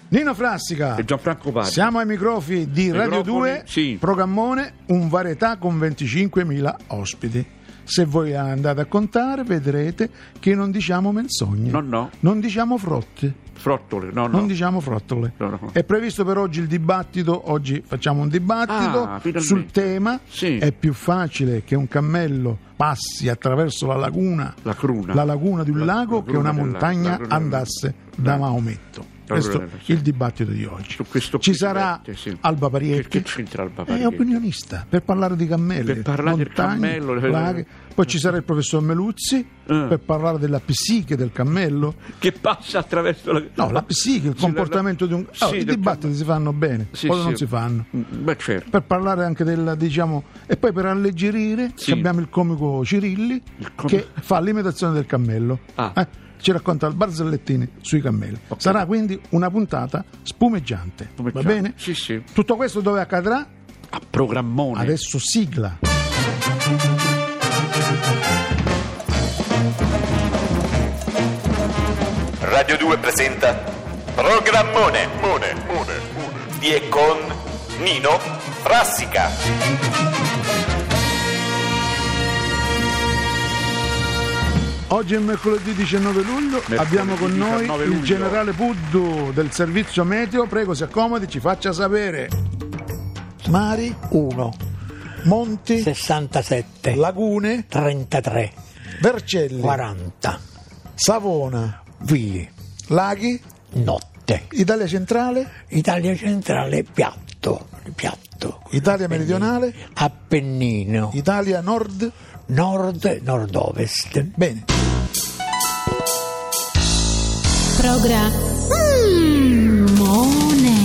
Nino Frassica e Gianfranco Paglia. Siamo ai microfoni di Radio 2, sì. Programmone, un varietà con 25.000 ospiti. Se voi andate a contare vedrete che non diciamo menzogne, No. non diciamo Frottole, no. Non diciamo frottole. No. È previsto per oggi il dibattito. Oggi facciamo un dibattito sul tema. Sì. È più facile che un cammello passi attraverso la laguna di un lago che una montagna andasse da Maometto. Questo è il dibattito di oggi. Ci sarà Alba Parietti, che c'entra Alba Parietti? È opinionista per parlare di cammelli, per parlare del cammello, laghi. Poi ci sarà il professor Meluzzi per parlare della psiche del cammello che passa attraverso la psiche, il comportamento di un i dibattiti si fanno bene, poi non si fanno. Beh, certo. Per parlare anche della, e poi per alleggerire abbiamo il comico Cirilli che fa l'imitazione del cammello. Ci racconta il Barzellettini sui cammelli. Okay. Sarà quindi una puntata spumeggiante. Va bene? Sì. Tutto questo dove accadrà? A Programmone. Adesso sigla. Radio 2 presenta Programmone di e con Nino Frassica. Oggi è mercoledì 19 luglio, abbiamo con noi il generale Puddu del servizio meteo. Prego, si accomodi, ci faccia sapere. Mari 1, monti 67, lagune 33, Vercelli 40, Savona Villi, laghi notte, Italia centrale piatto, Italia meridionale Appennino, Italia nord-ovest. Bene. Programmone.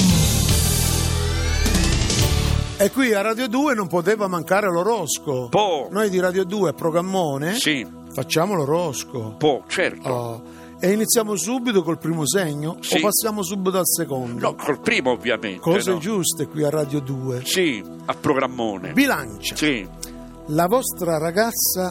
E qui a Radio 2 non poteva mancare l'oroscopo. Noi di Radio 2 a Programmone facciamo l'oroscopo. Certo. E iniziamo subito col primo segno o passiamo subito al secondo? No, col primo ovviamente. Cose giuste qui a Radio 2. Sì, a Programmone. Bilancia. Sì. La vostra ragazza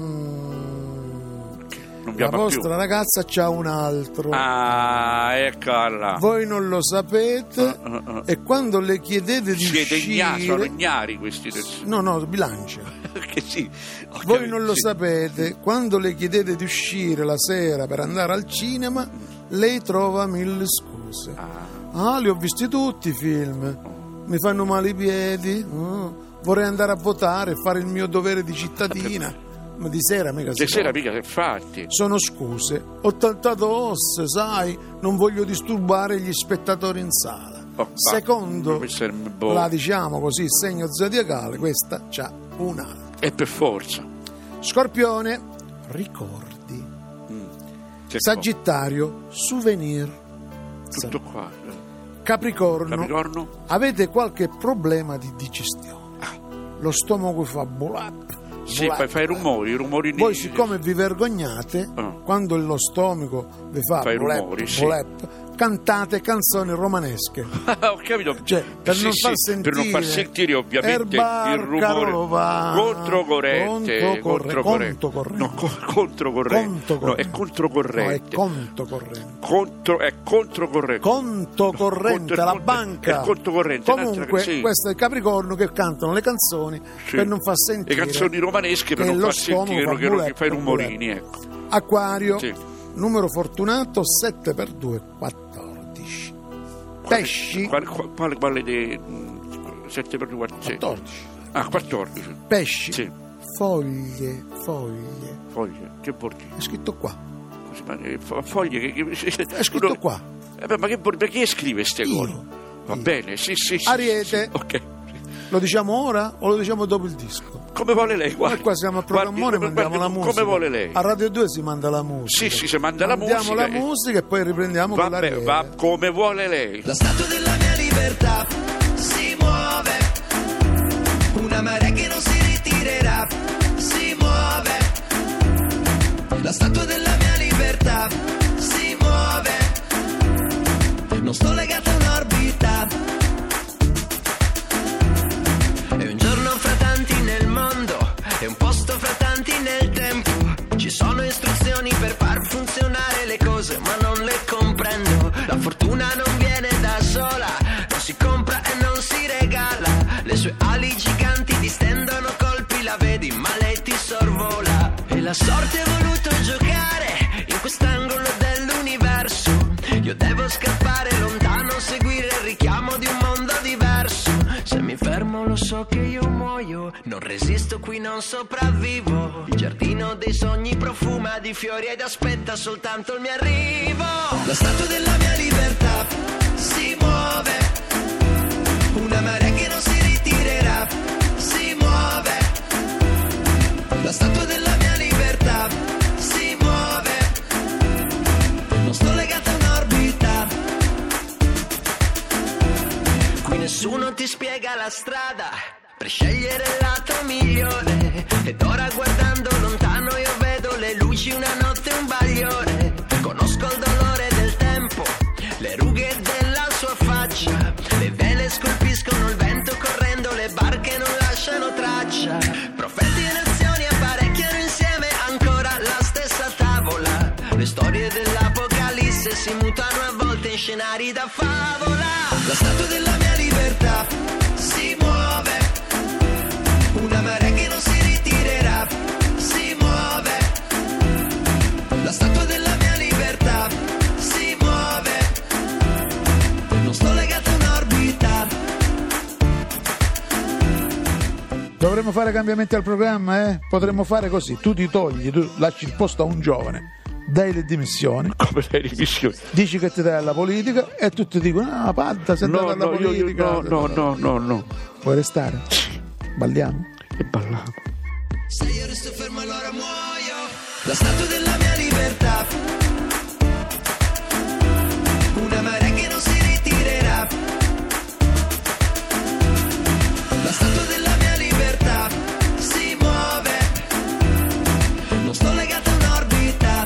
ragazza c'ha un altro. Eccola. Voi non lo sapete e quando le chiedete di uscire sono ignari questi. No, bilancia. Che sì. Voi non lo sapete, quando le chiedete di uscire la sera per andare al cinema, lei trova 1000 scuse. Li ho visti tutti i film. Mi fanno male i piedi. Vorrei andare a votare e fare il mio dovere di cittadina. Ma di sera mica si sera mica infatti. Sono scuse. Ho tantato osse, sai, non voglio disturbare gli spettatori in sala. Secondo la diciamo così, segno zodiacale, questa c'ha un altro. E per forza. Scorpione, ricordi. Sagittario, souvenir. Tutto qua. Capricorno, avete qualche problema di digestione. Lo stomaco fa bulap. Fai rumori neri. Voi siccome vi vergognate quando lo stomaco vi fa bulap, cantate canzoni romanesche. Ho capito. Per non far sentire ovviamente il rumore controcorrente. È controcorrente. È controcorrente. La banca. È controcorrente. Comunque, questo è il Capricorno che cantano le canzoni per non far sentire le canzoni romanesche per non far sentire che fai rumorini. Ecco. Acquario, numero fortunato 7x2 14. Pesci. Quale di 7x2? 14. 14. Pesci. Foglie. Che vuol dire? È scritto qua. Foglie è scritto qua. Ma che scrive queste cose? Va bene, sì. Ariete. Ok. Lo diciamo ora o lo diciamo dopo il disco? Come vuole lei, guarda. Noi qua siamo a Programmone, mandiamo la musica. Come vuole lei. A Radio 2 si manda la musica. Sì, si manda la musica. Mandiamo la musica e poi riprendiamo con l'Ariete. Va come vuole lei. La statua della mia libertà si muove. Una marea che non si ritirerà. Si muove. La statua della mia libertà si muove. Non sto legato a un'orbita. È un giorno fra tanti nel mondo, è un posto fra tanti nel tempo. Ci sono istruzioni per far funzionare le cose, ma non le comprendo. La fortuna non viene da La sorte ha voluto giocare in quest'angolo dell'universo. Io devo scappare lontano, seguire il richiamo di un mondo diverso. Se mi fermo lo so che io muoio, non resisto qui, non sopravvivo. Il giardino dei sogni profuma di fiori ed aspetta soltanto il mio arrivo. La statua della mia libertà si muove, una marea che non si ritirerà, si muove. La statua della mia libertà si muove, non sto legata a un'orbita. Qui nessuno ti spiega la strada per scegliere il lato migliore. Ed ora guardando lontano io vedo le luci, una notte, un bagliore. Conosco il dolore del tempo, le rughe della sua faccia. Le vele scolpiscono il vento correndo, le barche non lasciano traccia. Profeti e nazioni apparecchiano insieme ancora la stessa tavola. Le storie dell'Apocalisse si mutano a volte in scenari da favola. La statua della mia libertà si muove, una marea che non si ritirerà, si muove. La statua della mia libertà si muove, non sto legata a un'orbita. Dovremmo fare cambiamenti al programma, eh? Potremmo fare così: tu ti togli, tu lasci il posto a un giovane, dai le dimissioni. Come le dimissioni? Dici che ti dai alla politica e tutti dicono: ah, Padda, sei andato alla politica. No. Vuoi restare? Balliamo? E balliamo. Se io resto fermo allora muoio. La statua della mia libertà, una marea che non si ritirerà. La statua della mia libertà si muove, non sto legata a un'orbita.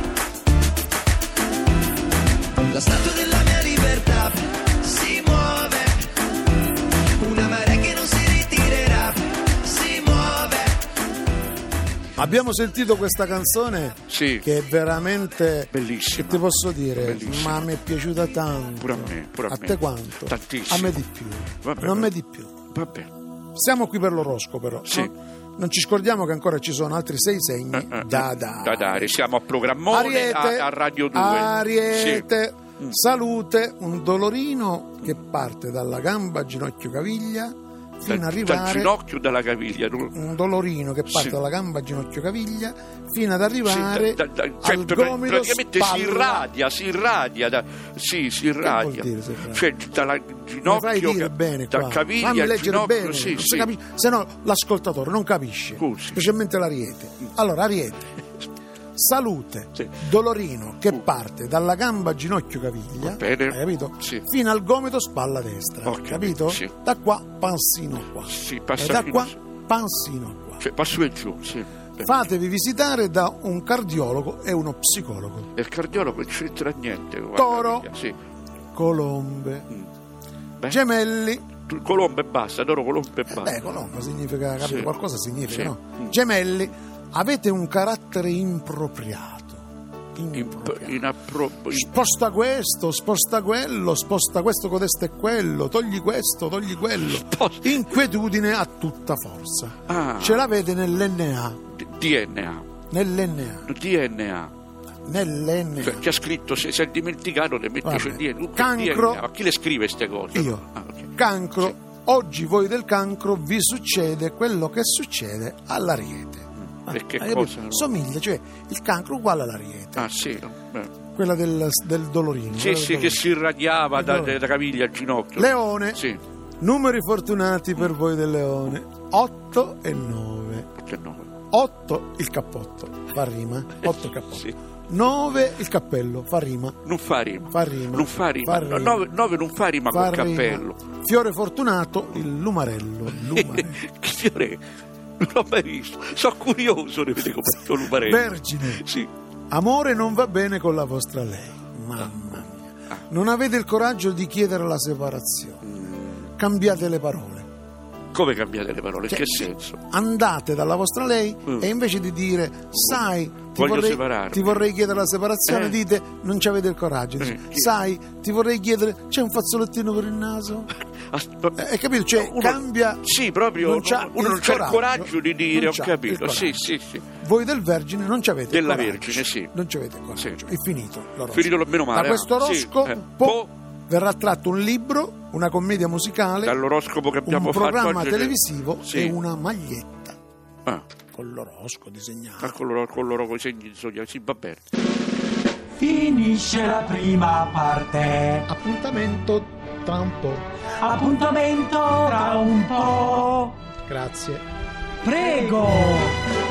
La statua della mia libertà si muove, una marea che non si ritirerà, si muove. Abbiamo sentito questa canzone Sì. che è veramente Bellissima. Che ti posso dire? Bellissima. Ma mi è piaciuta tanto. Pure a me. A te quanto? Tantissimo. A me di più. Vabbè, Non me di più. Vabbè. Siamo qui per l'oroscopo però. Sì. No? Non ci scordiamo che ancora ci sono altri 6 segni da dare. Siamo a programmone Ariete, a Radio 2. Ariete, Sì. salute, un dolorino che parte dalla gamba, ginocchio, caviglia fino ad Dal arrivare ginocchio, dalla caviglia. un dolorino che parte Sì. dalla gamba, ginocchio, caviglia fino ad arrivare Cioè, al gomito, praticamente spalla. si irradia. Si irradia. vuol dire si irradia? Cioè, dalla Mi fai ginocchio, dire bene da qua. caviglia Fammi al leggere ginocchio. bene, Sì, non si sì. capisce, se no l'ascoltatore non capisce. Scusi. Specialmente l'Ariete. Allora, Ariete, salute, Sì. dolorino che parte dalla gamba, ginocchio, caviglia, Va bene. hai capito? Sì. Fino al gomito, spalla destra, Ho capito, capito? sì. Da qua, pansino qua. Sì, passa E da fino- qua, pansino qua. Cioè, passo e giù, sì. Fatevi visitare da un cardiologo e uno psicologo. E il cardiologo non c'entra niente. con la Toro. caviglia, Sì. Colombe, Beh, gemelli. Colombo e basta, adoro Colombo e basta. Colombo significa, capito? Sì. Qualcosa significa, Sì. no? Gemelli, avete un carattere impropriato. Sposta questo, sposta quello, sposta questo, codesto e quello, togli questo, togli quello. Sposta. Inquietudine a tutta forza. Ah. Ce l'avete nell'NA. DNA. Nell'NA. DNA. Nell'NA. Cioè, c'è scritto, se si è dimenticato, le metti Vabbè. sul DNA. tutto il Cancro. DNA. Ma chi le scrive queste cose? Io. Ah, ok. Cancro. Sì. Oggi voi del cancro vi succede quello che succede all'Ariete. Perché hai cosa? capito? Somiglia, cioè il cancro uguale all'Ariete. Ah, sì. Beh. Quella del dolorino. Sì, quella sì, del che si irradiava da dolorino. caviglia al ginocchio. Leone. Sì. Numeri fortunati per voi del Leone. 8 e 9. Che no. 8 il cappotto, fa rima. 8 il cappotto. Sì. 9 il cappello, fa rima. Non fa rima. Fa rima. Non fa rima. Fa rima. 9 non fa rima Fa col rima. cappello. Fiore fortunato, il lumarello. Lumarello. Che fiore? Non l'ho mai visto. Sono curioso di vedere come sto lumarello. Vergine. Sì. Amore non va bene con la vostra lei. Mamma mia. Non avete il coraggio di chiedere la separazione. Cambiate le parole. Come cambiate le parole? In Cioè, che senso? andate dalla vostra lei e invece di dire sai Voglio separarmi. ti vorrei chiedere la separazione, dite non ci avete il coraggio. Dice, Chi- sai ti vorrei chiedere c'è un fazzolettino per il naso. Hai capito? Cioè Uno- cambia. Sì, proprio non c'ha uno non c'ha il coraggio di dire, non ho c'ha capito. il Sì, coraggio. sì, sì. voi del Vergine non ci avete Della coraggio. Vergine, sì. Non ci avete coraggio. Sì. È finito l'oroscopo. Finito meno male. Da questo oroscopo Sì. verrà tratto un libro, una commedia musicale, Dall'oroscopo che abbiamo un fatto programma oggi. televisivo Sì. e una maglietta Ah, con l'oroscopo disegnato. con loro coi segni di zodiaco. Sì, va bene. Finisce la prima parte. Appuntamento tra un po'. Appuntamento tra un po'. Grazie. Prego.